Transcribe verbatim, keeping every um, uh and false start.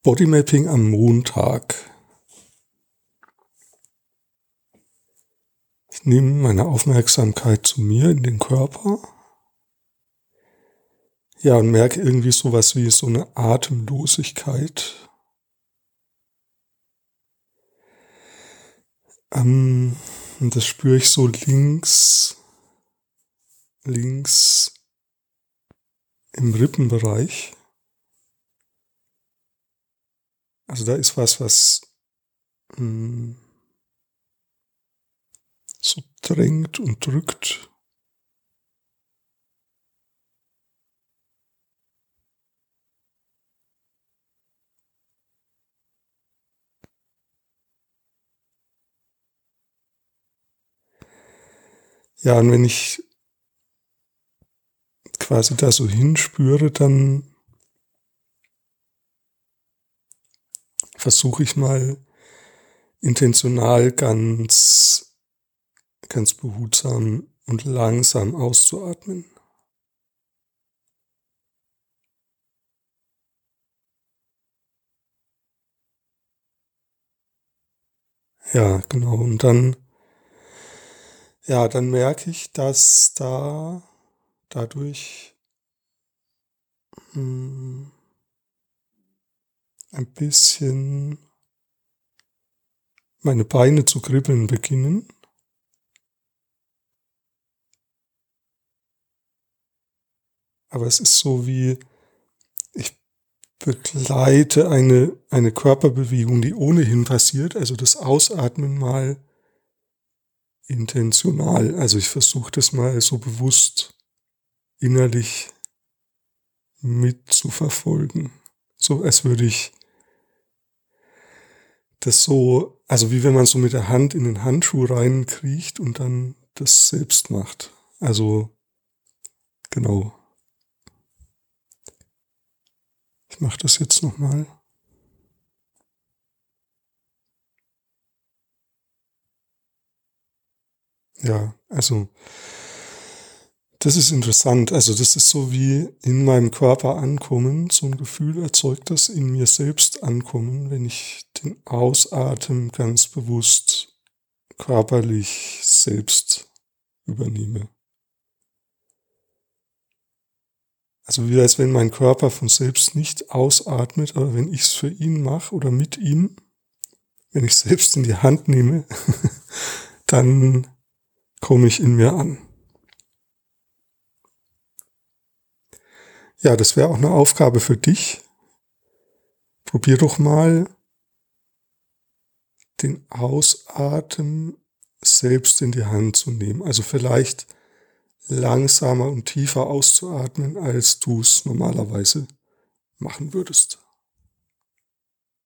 Bodymapping am Montag. Ich nehme meine Aufmerksamkeit zu mir in den Körper. Ja, und merke irgendwie sowas wie so eine Atemlosigkeit. Ähm, und das spüre ich so links, links im Rippenbereich. Also da ist was, was mh, so drängt und drückt. Ja, und wenn ich quasi da so hinspüre, dann versuche ich mal intentional ganz, ganz behutsam und langsam auszuatmen. Ja, genau. Und dann, ja, dann merke ich, dass da dadurch mh, ein bisschen meine Beine zu kribbeln beginnen. Aber es ist so wie, ich begleite eine, eine Körperbewegung, die ohnehin passiert, also das Ausatmen mal intentional. Also ich versuche das mal so bewusst innerlich mitzuverfolgen. So als würde ich das so, also wie wenn man so mit der Hand in den Handschuh reinkriecht und dann das selbst macht. Also genau. Ich mache das jetzt nochmal. Ja, also das ist interessant. Also das ist so wie in meinem Körper ankommen. So ein Gefühl erzeugt das in mir selbst ankommen, wenn ich den Ausatmen ganz bewusst körperlich selbst übernehme. Also wie als wenn mein Körper von selbst nicht ausatmet, aber wenn ich es für ihn mache oder mit ihm, wenn ich selbst in die Hand nehme, dann komme ich in mir an. Ja, das wäre auch eine Aufgabe für dich. Probier doch mal, den Ausatmen selbst in die Hand zu nehmen. Also vielleicht langsamer und tiefer auszuatmen, als du es normalerweise machen würdest.